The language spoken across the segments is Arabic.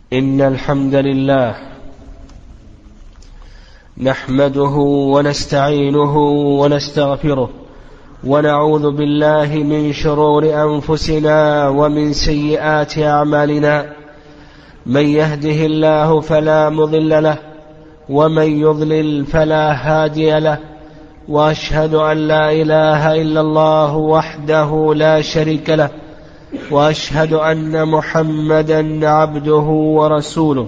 إن الحمد لله نحمده ونستعينه ونستغفره ونعوذ بالله من شرور أنفسنا ومن سيئات أعمالنا. من يهده الله فلا مضل له ومن يضلل فلا هادي له، وأشهد أن لا إله إلا الله وحده لا شريك له، وأشهد أن محمدا عبده ورسوله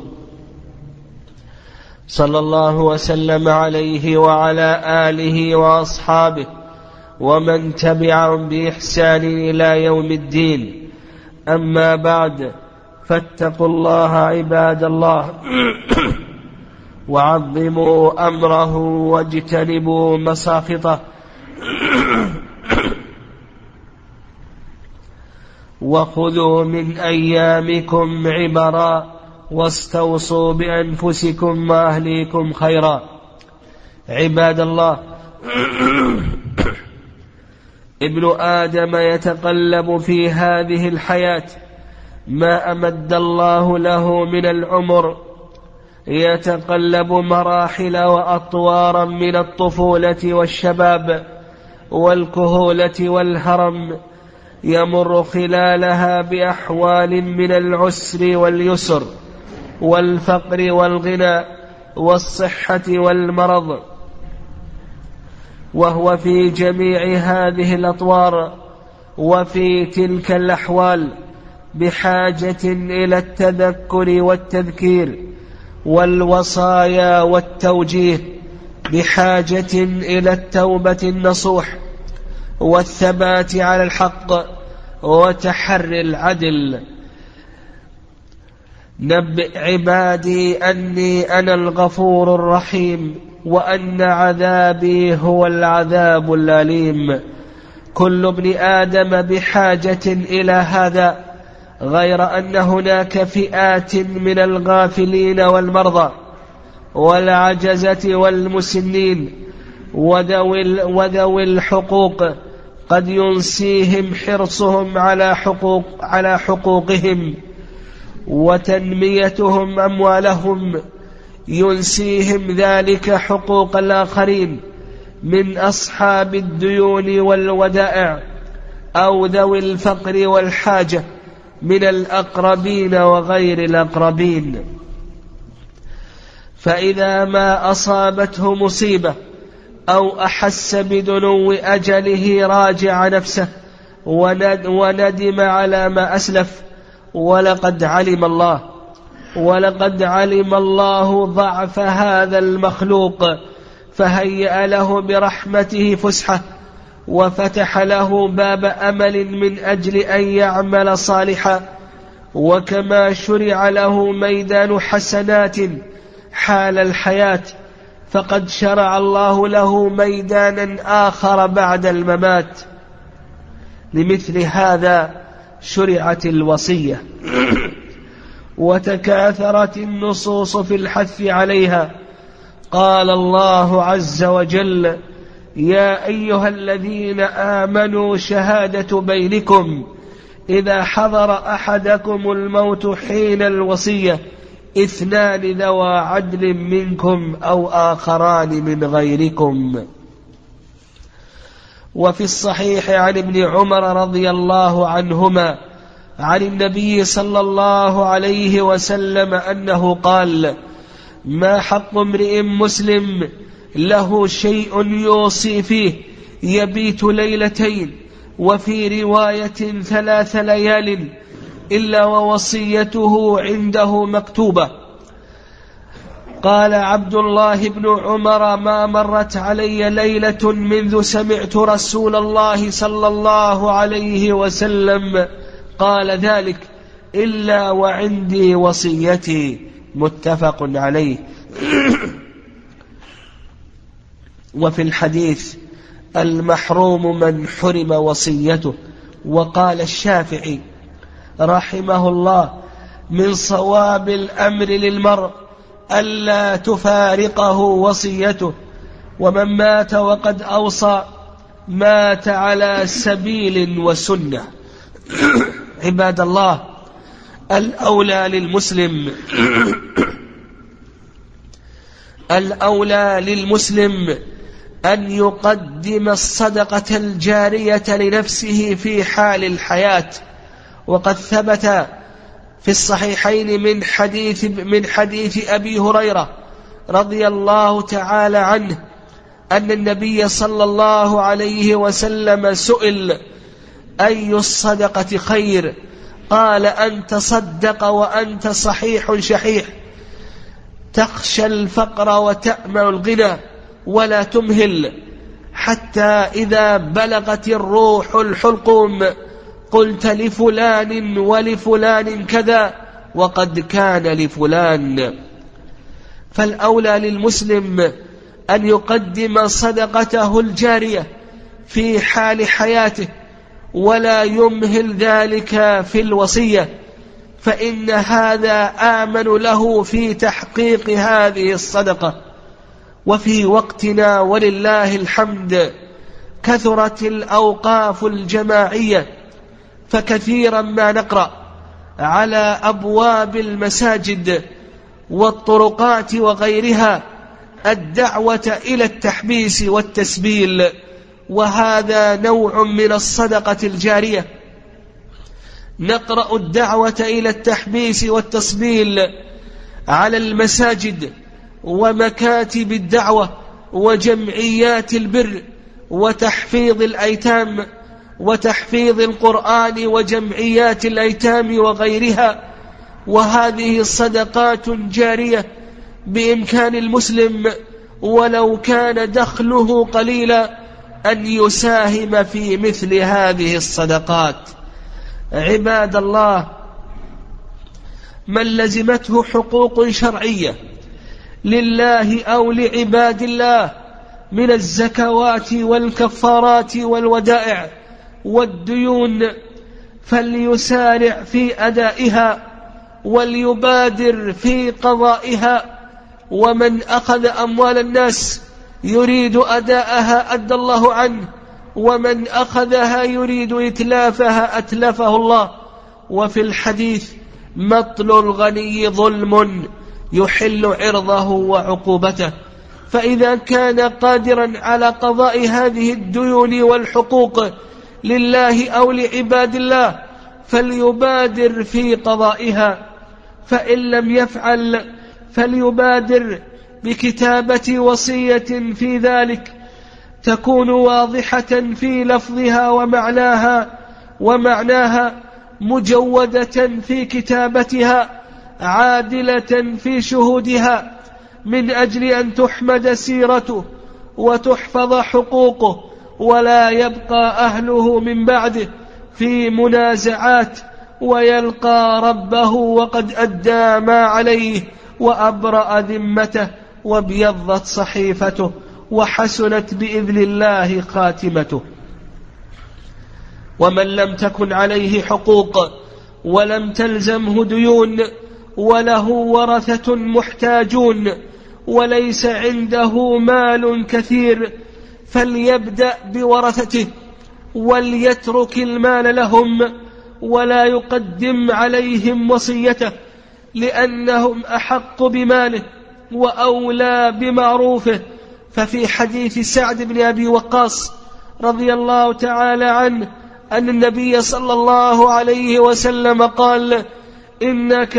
صلى الله وسلم عليه وعلى آله وأصحابه ومن تبعهم بإحسان إلى يوم الدين. أما بعد، فاتقوا الله عباد الله وعظموا أمره واجتنبوا مساخطه، وخذوا من أيامكم عبرا، واستوصوا بأنفسكم وأهليكم خيرا. عباد الله، ابن آدم يتقلب في هذه الحياة ما أمد الله له من العمر، يتقلب مراحل وأطوارا من الطفولة والشباب والكهولة والهرم، يمر خلالها بأحوال من العسر واليسر والفقر والغنى والصحة والمرض، وهو في جميع هذه الأطوار وفي تلك الأحوال بحاجة إلى التذكر والتذكير والوصايا والتوجيه، بحاجة إلى التوبة النصوح والثبات على الحق وتحري العدل. نبئ عبادي أني أنا الغفور الرحيم، وأن عذابي هو العذاب الأليم. كل ابن آدم بحاجة إلى هذا، غير أن هناك فئات من الغافلين والمرضى والعجزة والمسنين وذوي الحقوق قد ينسيهم حرصهم على حقوقهم وتنميتهم أموالهم، ينسيهم ذلك حقوق الآخرين من أصحاب الديون والودائع أو ذوي الفقر والحاجة من الأقربين وغير الأقربين. فإذا ما أصابته مصيبة أو أحس بدنو أجله راجع نفسه وندم على ما أسلف، ولقد علم الله ضعف هذا المخلوق، فهيأ له برحمته فسحة، وفتح له باب أمل من أجل أن يعمل صالحا. وكما شرع له ميدان حسنات حال الحياة، فقد شرع الله له ميدانا آخر بعد الممات. لمثل هذا شرعت الوصية، وتكاثرت النصوص في الحث عليها. قال الله عز وجل: يا أيها الذين آمنوا شهادة بينكم إذا حضر أحدكم الموت حين الوصية 2 ذوى عدل منكم أو آخران من غيركم. وفي الصحيح عن ابن عمر رضي الله عنهما عن النبي صلى الله عليه وسلم أنه قال: ما حق امرئ مسلم له شيء يوصي فيه يبيت 2 ليلة، وفي رواية 3 ليال، إلا ووصيته عنده مكتوبة. قال عبد الله بن عمر: ما مرت علي ليلة منذ سمعت رسول الله صلى الله عليه وسلم قال ذلك إلا وعندي وصيتي. متفق عليه. وفي الحديث: المحروم من حرم وصيته. وقال الشافعي رحمه الله: من صواب الأمر للمرء ألا تفارقه وصيته، ومن مات وقد أوصى مات على سبيل وسنة. عباد الله، الأولى للمسلم أن يقدم الصدقة الجارية لنفسه في حال الحياة. وقد ثبت في الصحيحين من حديث أبي هريرة رضي الله تعالى عنه أن النبي صلى الله عليه وسلم سئل: أي الصدقة خير؟ قال: أن تصدق وأنت صحيح شحيح، تخشى الفقر وتأمل الغنى ولا تمهل، حتى إذا بلغت الروح الحلقوم قلت لفلان ولفلان كذا وقد كان لفلان. فالأولى للمسلم أن يقدم صدقته الجارية في حال حياته ولا يمهل ذلك في الوصية، فإن هذا آمن له في تحقيق هذه الصدقة. وفي وقتنا ولله الحمد كثرت الأوقاف الجماعية، فكثيرا ما نقرأ على أبواب المساجد والطرقات وغيرها الدعوة إلى التحبيس والتسبيل، وهذا نوع من الصدقة الجارية. نقرأ الدعوة إلى التحبيس والتسبيل على المساجد ومكاتب الدعوة وجمعيات البر وتحفيظ الأيتام وتحفيظ القرآن وجمعيات الأيتام وغيرها، وهذه صدقات جارية بإمكان المسلم ولو كان دخله قليلا أن يساهم في مثل هذه الصدقات. عباد الله، من لزمته حقوق شرعية لله أو لعباد الله من الزكوات والكفارات والودائع والديون فليسارع في أدائها وليبادر في قضائها، ومن أخذ أموال الناس يريد أداءها أدى الله عنه، ومن أخذها يريد إتلافها أتلفه الله. وفي الحديث: مطل الغني ظلم يحل عرضه وعقوبته. فإذا كان قادرا على قضاء هذه الديون والحقوق لله أو لعباد الله فليبادر في قضائها، فإن لم يفعل فليبادر بكتابة وصية في ذلك تكون واضحة في لفظها ومعناها مجودة في كتابتها عادلة في شهودها، من أجل أن تحمد سيرته وتحفظ حقوقه ولا يبقى أهله من بعده في منازعات، ويلقى ربه وقد أدى ما عليه وأبرأ ذمته وابيضت صحيفته وحسنت بإذن الله خاتمته. ومن لم تكن عليه حقوق ولم تلزمه ديون وله ورثة محتاجون وليس عنده مال كثير فليبدأ بورثته وليترك المال لهم ولا يقدم عليهم وصيته، لأنهم أحق بماله وأولى بمعروفه. ففي حديث سعد بن أبي وقاص رضي الله تعالى عنه أن النبي صلى الله عليه وسلم قال: إنك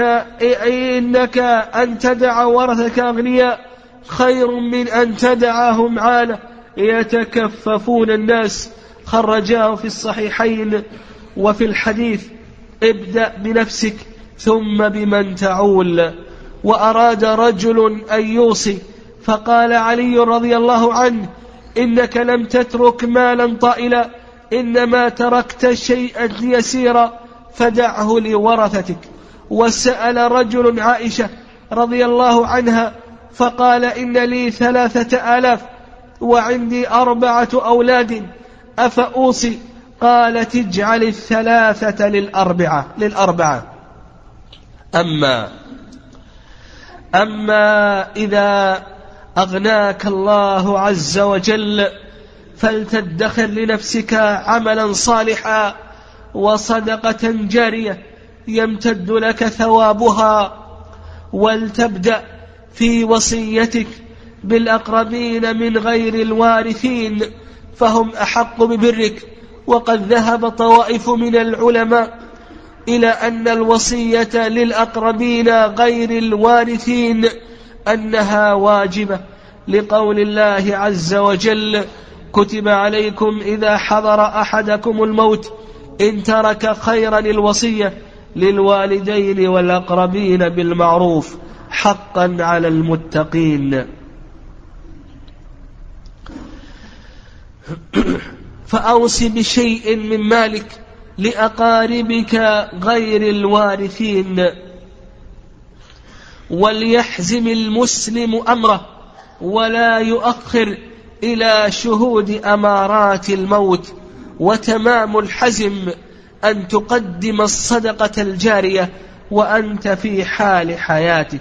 أن تدع ورثك أغنياء خير من أن تدعهم عالة يتكففون الناس. خرجاه في الصحيحين. وفي الحديث: ابدأ بنفسك ثم بمن تعول. وأراد رجل أن يوصي فقال علي رضي الله عنه: إنك لم تترك مالا طائلا، إنما تركت شيئا يسيرا فدعه لورثتك. وسأل رجل عائشة رضي الله عنها فقال: إن لي 3000 وعندي 4 أولاد أفأوصي؟ قالت: اجعل 3 للأربعة. أما إذا أغناك الله عز وجل فلتدخر لنفسك عملا صالحا وصدقة جارية يمتد لك ثوابها. ولتبدأ في وصيتك بالأقربين من غير الوارثين، فهم أحق ببرك. وقد ذهب طوائف من العلماء إلى أن الوصية للأقربين غير الوارثين أنها واجبة، لقول الله عز وجل: كتب عليكم إذا حضر أحدكم الموت إن ترك خيرا الوصية للوالدين والأقربين بالمعروف حقا على المتقين. فأوص بشيء من مالك لأقاربك غير الوارثين. وليحزم المسلم أمره ولا يؤخر إلى شهود أمارات الموت. وتمام الحزم أن تقدم الصدقة الجارية وأنت في حال حياتك.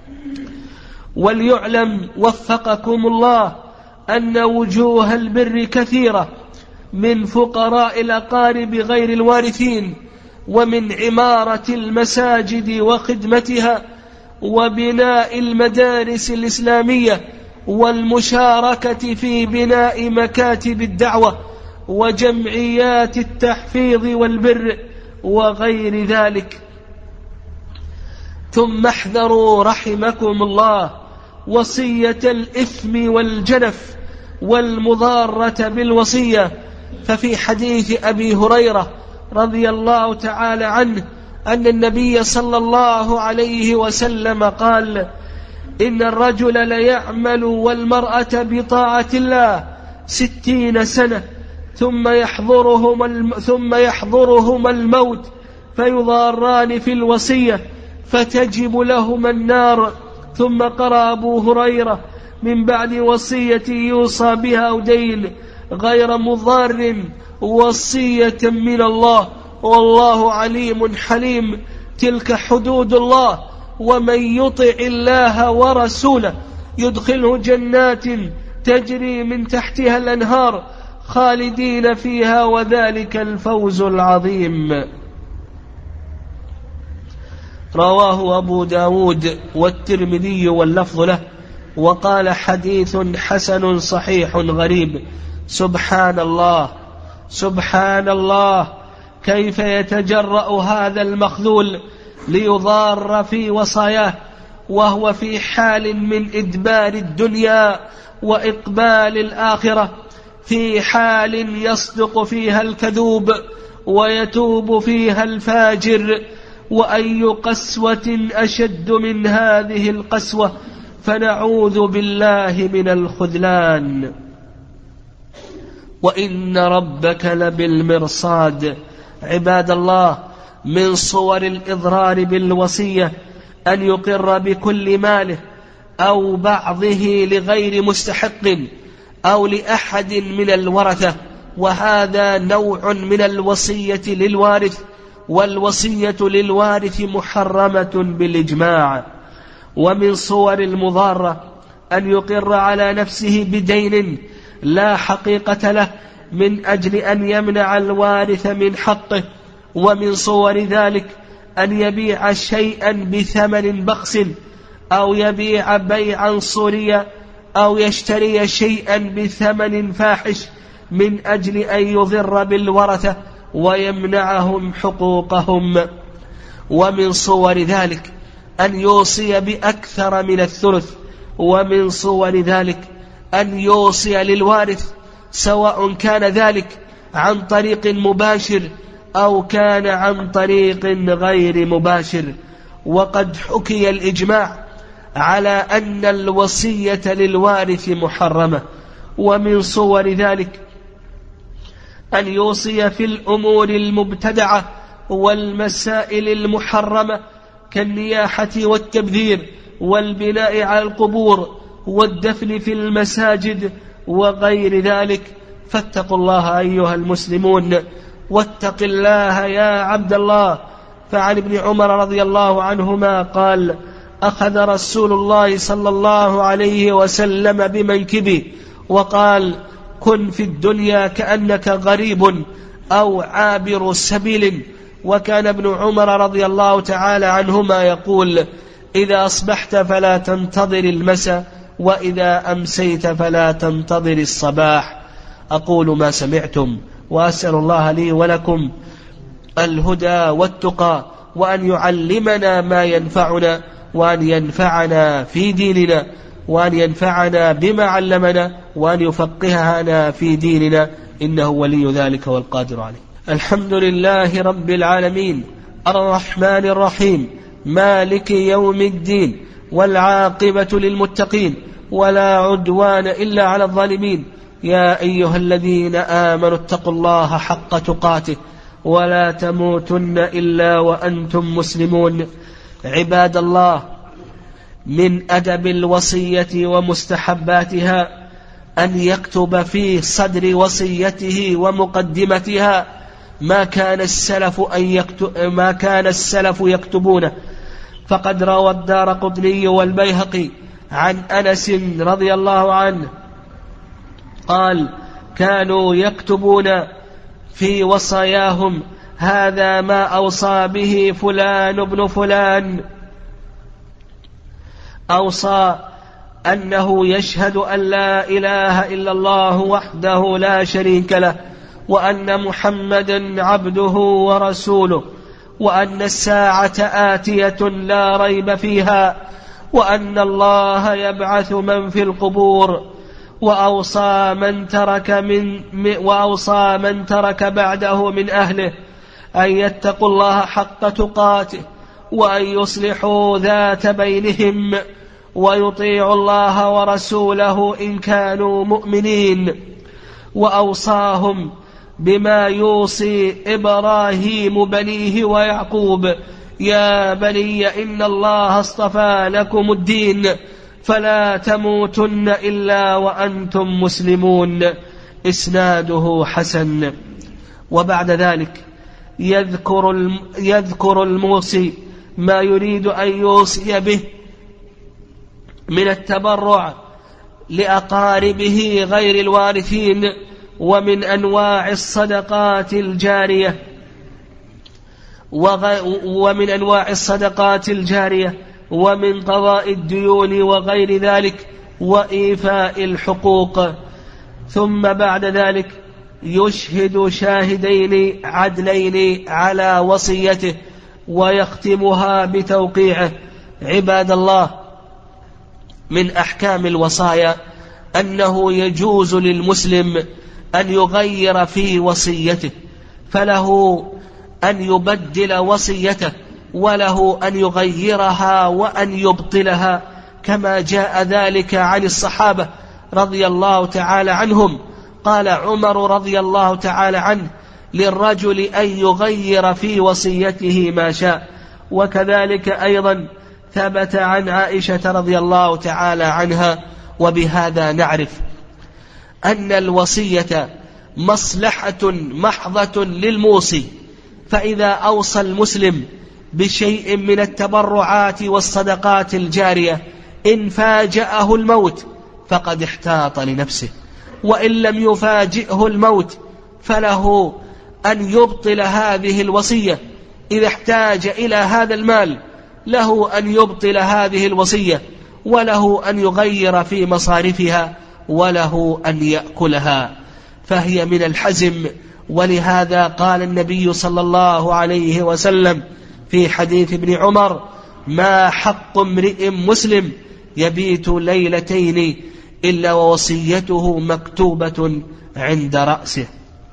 وليعلم وفقكم الله أن وجوه البر كثيرة، من فقراء الأقارب غير الوارثين، ومن عمارة المساجد وخدمتها، وبناء المدارس الإسلامية، والمشاركة في بناء مكاتب الدعوة وجمعيات التحفيظ والبر وغير ذلك. ثم احذروا رحمكم الله وصية الإثم والجنف والمضارة بالوصية. ففي حديث أبي هريرة رضي الله تعالى عنه أن النبي صلى الله عليه وسلم قال: إن الرجل ليعمل والمرأة بطاعة الله 60 سنة ثم يحضرهما الموت فيضاران في الوصية فتجب لهما النار. ثم قرأ أبو هريرة: من بعد وصية يوصى بها أو دين غير مضار وصية من الله والله عليم حليم. تلك حدود الله، ومن يطع الله ورسوله يدخله جنات تجري من تحتها الأنهار خالدين فيها وذلك الفوز العظيم. رواه أبو داود والترمذي واللفظ له، وقال: حديث حسن صحيح غريب. سبحان الله سبحان الله، كيف يتجرأ هذا المخذول ليضار في وصاياه وهو في حال من إدبار الدنيا وإقبال الآخرة، في حال يصدق فيها الكذوب ويتوب فيها الفاجر. وأي قسوة أشد من هذه القسوة، فنعوذ بالله من الخذلان. وإن ربك لبالمرصاد. عباد الله، من صور الإضرار بالوصية أن يقر بكل ماله أو بعضه لغير مستحق أو لأحد من الورثة، وهذا نوع من الوصية للوارث، والوصية للوارث محرمة بالإجماع. ومن صور المضارة أن يقر على نفسه بدين لا حقيقة له من أجل أن يمنع الوارث من حقه. ومن صور ذلك أن يبيع شيئا بثمن بخس، أو يبيع بيعا صوريا، أو يشتري شيئا بثمن فاحش من أجل أن يضر بالورثة ويمنعهم حقوقهم. ومن صور ذلك أن يوصي بأكثر من الثلث. ومن صور ذلك أن يوصي للوارث، سواء كان ذلك عن طريق مباشر أو كان عن طريق غير مباشر. وقد حكي الإجماع على أن الوصية للوارث محرمة. ومن صور ذلك أن يوصي في الأمور المبتدعة والمسائل المحرمة كالنياحة والتبذير والبناء على القبور والدفن في المساجد وغير ذلك. فاتقوا الله أيها المسلمون، واتق الله يا عبد الله. فعن ابن عمر رضي الله عنهما قال: أخذ رسول الله صلى الله عليه وسلم بمنكبي وقال: كن في الدنيا كأنك غريب أو عابر سبيل، وكان ابن عمر رضي الله تعالى عنهما يقول: إذا أصبحت فلا تنتظر المساء، وإذا أمسيت فلا تنتظر الصباح. أقول ما سمعتم، وأسأل الله لي ولكم الهدى والتقى، وأن يعلمنا ما ينفعنا، وأن ينفعنا في ديننا، وأن ينفعنا بما علمنا، وأن يفقهنا في ديننا، إنه ولي ذلك والقادر عليه. الحمد لله رب العالمين، الرحمن الرحيم، مالك يوم الدين، والعاقبة للمتقين، ولا عدوان إلا على الظالمين. يا أيها الذين آمنوا اتقوا الله حق تقاته، ولا تموتن إلا وأنتم مسلمون. عباد الله، من أدب الوصية ومستحباتها أن يكتب في صدر وصيته ومقدمتها ما كان السلف يكتبونه. فقد روى الدارقطني والبيهقي عن أنس رضي الله عنه قال: كانوا يكتبون في وصاياهم: هذا ما أوصى به فلان ابن فلان. أوصى أنه يشهد أن لا إله إلا الله وحده لا شريك له، وأن محمدا عبده ورسوله، وأن الساعة آتية لا ريب فيها، وأن الله يبعث من في القبور. وأوصى من ترك بعده من أهله أن يتقوا الله حق تقاته، وأن يصلحوا ذات بينهم، ويطيعوا الله ورسوله إن كانوا مؤمنين. وأوصاهم بما يوصي إبراهيم بنيه ويعقوب: يا بني إن الله اصطفى لكم الدين فلا تموتن إلا وأنتم مسلمون. إسناده حسن. وبعد ذلك يذكر الموصي ما يريد أن يوصي به من التبرع لأقاربه غير الوارثين، ومن أنواع الصدقات الجارية، ومن قضاء الديون وغير ذلك، وإيفاء الحقوق. ثم بعد ذلك يشهد شاهدين عدلين على وصيته، ويختمها بتوقيعه. عباد الله، من أحكام الوصايا أنه يجوز للمسلم أن يغير في وصيته، فله أن يبدل وصيته، وله أن يغيرها وأن يبطلها، كما جاء ذلك عن الصحابة رضي الله تعالى عنهم. قال عمر رضي الله تعالى عنه: للرجل أن يغير في وصيته ما شاء. وكذلك أيضا ثبت عن عائشة رضي الله تعالى عنها. وبهذا نعرف أن الوصية مصلحة محضة للموصي، فإذا أوصى المسلم بشيء من التبرعات والصدقات الجارية إن فاجأه الموت فقد احتاط لنفسه، وإن لم يفاجئه الموت فله أن يبطل هذه الوصية. إذا احتاج إلى هذا المال له أن يبطل هذه الوصية، وله أن يغير في مصارفها، وله أن يأكلها، فهي من الحزم. ولهذا قال النبي صلى الله عليه وسلم في حديث ابن عمر: ما حق امرئ مسلم يبيت ليلتين إلا ووصيته مكتوبة عند رأسه.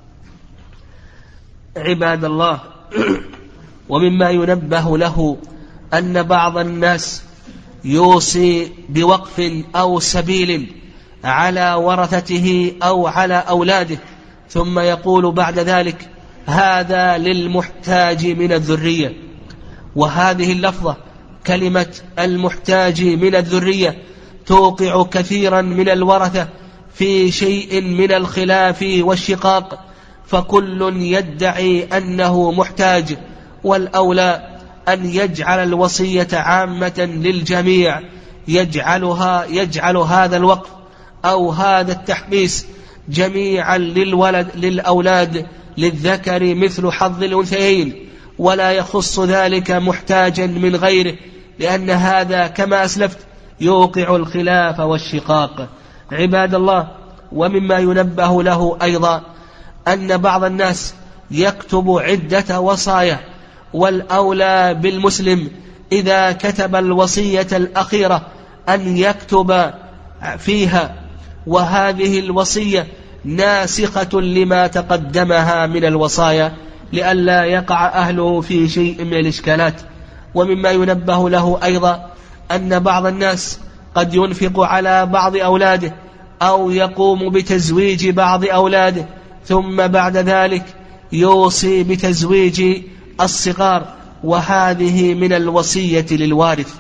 عباد الله، ومما ينبه له أن بعض الناس يوصي بوقف أو سبيل على ورثته أو على أولاده، ثم يقول بعد ذلك: هذا للمحتاج من الذرية. وهذه اللفظة كلمة المحتاج من الذرية توقع كثيرا من الورثة في شيء من الخلاف والشقاق، فكل يدعي أنه محتاج، والأولى أن يجعل الوصية عامة للجميع، يجعل هذا الوقف أو هذا التحبيس جميعا للأولاد للذكر مثل حظ الأنثيين، ولا يخص ذلك محتاجا من غيره، لأن هذا كما أسلفت يوقع الخلاف والشقاق. عباد الله، ومما ينبه له أيضا أن بعض الناس يكتب عدة وصايا، والأولى بالمسلم إذا كتب الوصية الأخيرة أن يكتب فيها وهذه الوصية ناسخة لما تقدمها من الوصايا، لئلا يقع أهله في شيء من الإشكالات. ومما ينبه له أيضا أن بعض الناس قد ينفق على بعض أولاده أو يقوم بتزويج بعض أولاده، ثم بعد ذلك يوصي بتزويج الصغار، وهذه من الوصية للوارث،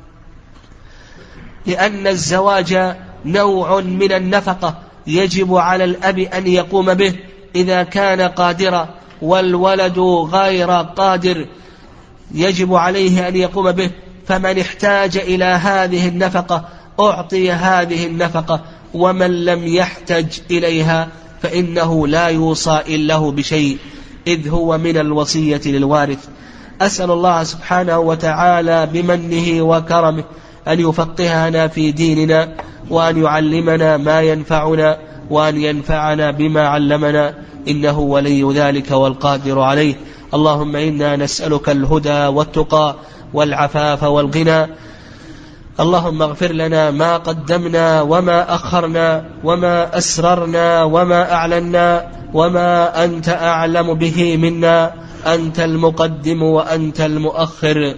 لأن الزواج نوع من النفقة يجب على الأب أن يقوم به إذا كان قادرا، والولد غير قادر يجب عليه أن يقوم به. فمن احتاج إلى هذه النفقة أعطي هذه النفقة، ومن لم يحتج إليها فإنه لا يوصى إلا بشيء، إذ هو من الوصية للوارث. أسأل الله سبحانه وتعالى بمنه وكرمه أن يفقهنا في ديننا، وأن يعلمنا ما ينفعنا، وأن ينفعنا بما علمنا، إنه ولي ذلك والقادر عليه. اللهم إنا نسألك الهدى والتقى والعفاف والغنى. اللهم اغفر لنا ما قدمنا وما أخرنا وما أسررنا وما أعلنا وما أنت أعلم به منا، أنت المقدم وأنت المؤخر.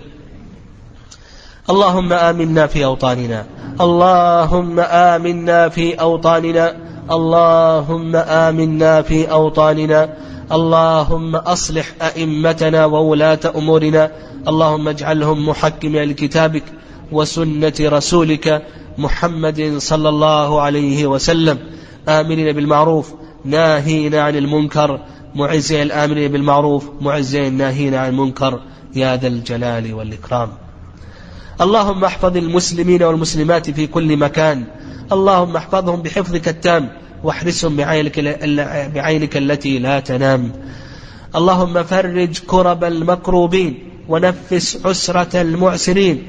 اللهم آمنا في أوطاننا، اللهم آمنا في أوطاننا، اللهم آمنا في أوطاننا. اللهم أصلح أئمتنا وولاة أمورنا، اللهم اجعلهم محكمين لكتابك وسنة رسولك محمد صلى الله عليه وسلم، آمرين بالمعروف ناهين عن المنكر، معزين الآمرين بالمعروف معزين الناهين عن المنكر، يا ذا الجلال والإكرام. اللهم احفظ المسلمين والمسلمات في كل مكان، اللهم احفظهم بحفظك التام، واحرسهم بعينك التي لا تنام. اللهم فرج كرب المكروبين، ونفس عسرة المعسرين،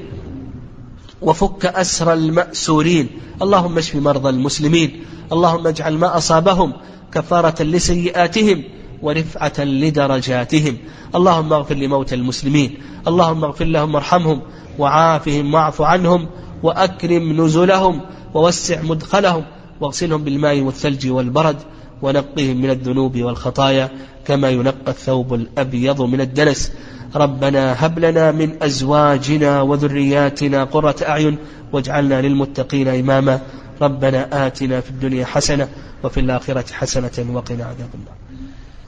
وفك أسر المأسورين. اللهم اشف مرضى المسلمين، اللهم اجعل ما أصابهم كفارة لسيئاتهم ورفعة لدرجاتهم. اللهم اغفر لموتى المسلمين، اللهم اغفر لهم وارحمهم وعافهم واعف عنهم وأكرم نزلهم ووسع مدخلهم، واغسلهم بالماء والثلج والبرد، ونقهم من الذنوب والخطايا كما ينقى الثوب الأبيض من الدنس. ربنا هب لنا من أزواجنا وذرياتنا قرة أعين واجعلنا للمتقين إماما. ربنا آتنا في الدنيا حسنة وفي الآخرة حسنة وقنا عذاب النار.